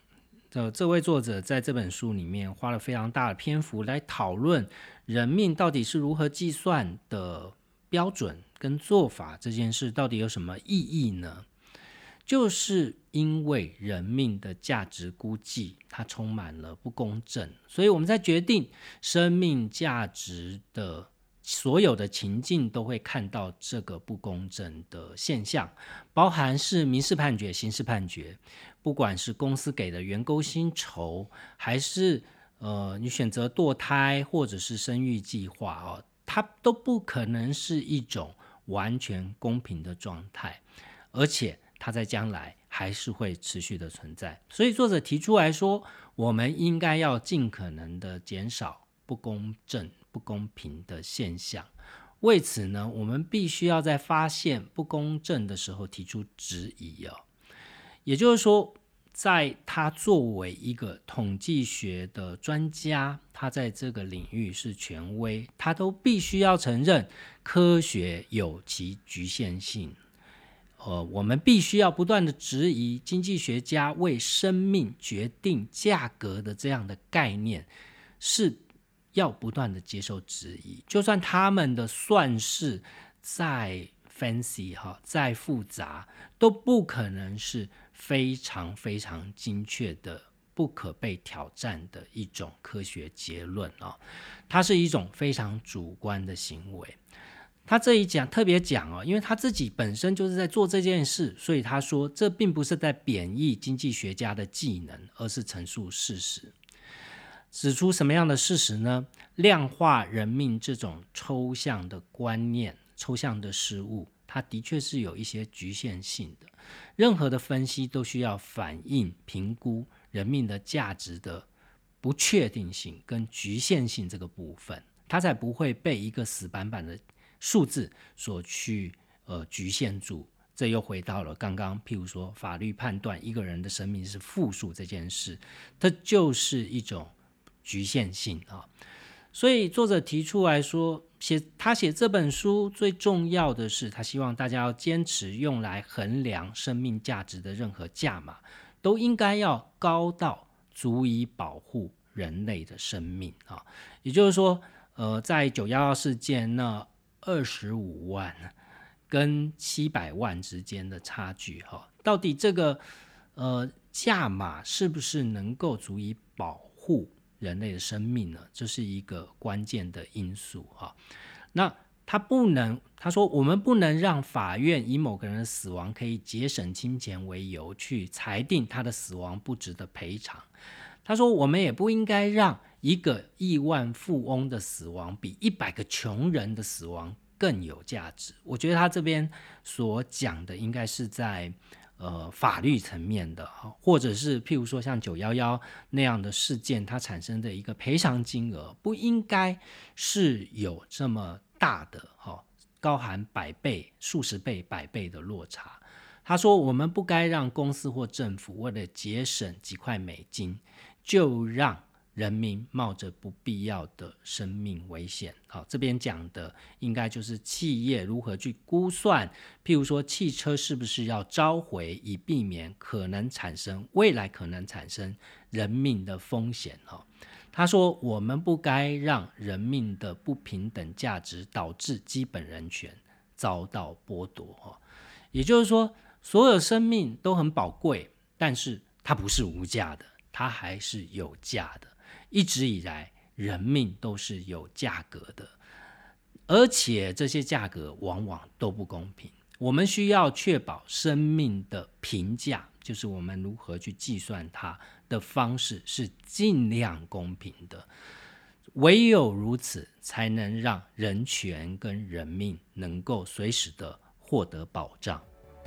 [SPEAKER 1] 这位作者在这本书里面花了非常大的篇幅来讨论人命到底是如何计算的标准跟做法，这件事到底有什么意义呢？就是因为人命的价值估计它充满了不公正，所以我们在决定生命价值的所有的情境都会看到这个不公正的现象，包含是民事判决、刑事判决，不管是公司给的员工薪酬，还是你选择堕胎或者是生育计划它都不可能是一种完全公平的状态，而且它在将来还是会持续的存在。所以作者提出来说，我们应该要尽可能的减少不公正、不公平的现象。为此呢，我们必须要在发现不公正的时候提出质疑也就是说，在他作为一个统计学的专家，他在这个领域是权威，他都必须要承认科学有其局限性。我们必须要不断的质疑经济学家为生命决定价格的这样的概念，是要不断的接受质疑。就算他们的算式再 fancy 再复杂，都不可能是非常非常精确的、不可被挑战的一种科学结论它是一种非常主观的行为。他这一讲特别讲因为他自己本身就是在做这件事，所以他说这并不是在贬义经济学家的技能，而是陈述事实。指出什么样的事实呢？量化人命这种抽象的观念、抽象的事物，它的确是有一些局限性的。任何的分析都需要反映、评估人命的价值的不确定性跟局限性这个部分，它才不会被一个死板板的数字所去局限住。这又回到了刚刚譬如说法律判断一个人的生命是负数这件事，它就是一种局限性所以作者提出来说，他写这本书最重要的是，他希望大家要坚持用来衡量生命价值的任何价码都应该要高到足以保护人类的生命也就是说在911事件那25万跟700万之间的差距到底这个价码是不是能够足以保护人类的生命呢？这是一个关键的因素那他说我们不能让法院以某个人的死亡可以节省金钱为由去裁定他的死亡不值得赔偿。他说我们也不应该让一个亿万富翁的死亡比100个穷人的死亡更有价值。我觉得他这边所讲的应该是在法律层面的，或者是譬如说像911那样的事件，它产生的一个赔偿金额不应该是有这么大的高含100倍、数十倍、100倍的落差。他说我们不该让公司或政府为了节省几块美金，就让人民冒着不必要的生命危险。这边讲的应该就是企业如何去估算，譬如说汽车是不是要召回，以避免未来可能产生人命的风险。他说我们不该让人命的不平等价值导致基本人权遭到剥夺。也就是说所有生命都很宝贵，但是它不是无价的，它还是有价的。一直以来人命都是有价格的，而且这些价格往往都不公平。我们需要确保生命的评价，就是我们如何去计算它的方式是尽量公平的。唯有如此，才能让人权跟人命能够随时的获得保障。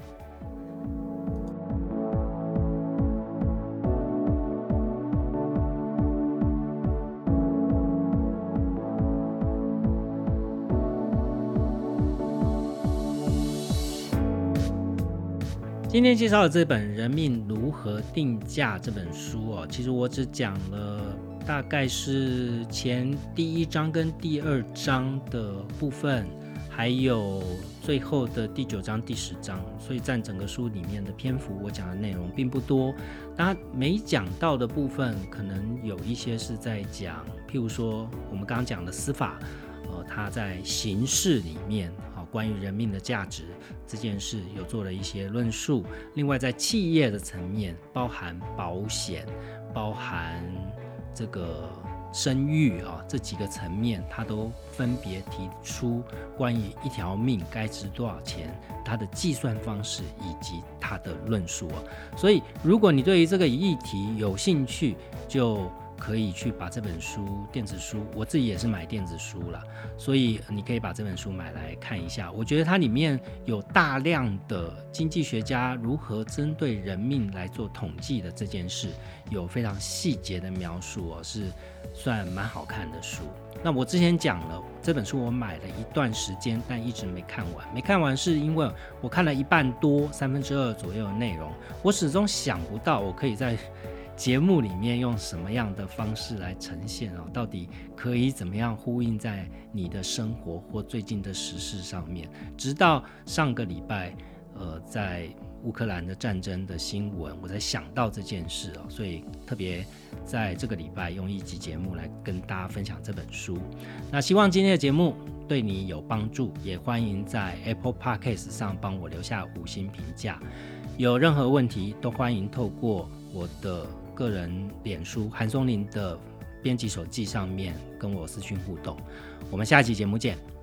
[SPEAKER 1] 今天介绍的这本《人命如何定价》这本书其实我只讲了大概是第1章跟第2章的部分， 还有最后的第9章、第10章，所以占整个书里面的篇幅，我讲的内容并不多。当然没讲到的部分，可能有一些是在讲，譬如说我们刚刚讲的司法，它在刑事里面，关于人命的价值这件事有做了一些论述。另外在企业的层面，包含保险，包含这个生育这几个层面，它都分别提出关于一条命该值多少钱，它的计算方式以及它的论述所以如果你对于这个议题有兴趣，就可以去把这本书电子书，我自己也是买电子书啦，所以你可以把这本书买来看一下。我觉得它里面有大量的经济学家如何针对人命来做统计的这件事，有非常细节的描述是算蛮好看的书。那我之前讲了，这本书我买了一段时间，但一直没看完。没看完是因为我看了一半多，2/3左右的内容，我始终想不到我可以在节目里面用什么样的方式来呈现到底可以怎么样呼应在你的生活或最近的时事上面。直到上个礼拜在乌克兰的战争的新闻，我才想到这件事所以特别在这个礼拜用一集节目来跟大家分享这本书。那希望今天的节目对你有帮助，也欢迎在 Apple Podcast 上帮我留下5星评价。有任何问题都欢迎透过我的个人脸书韩松林的编辑手记上面跟我私讯互动。我们下期节目见。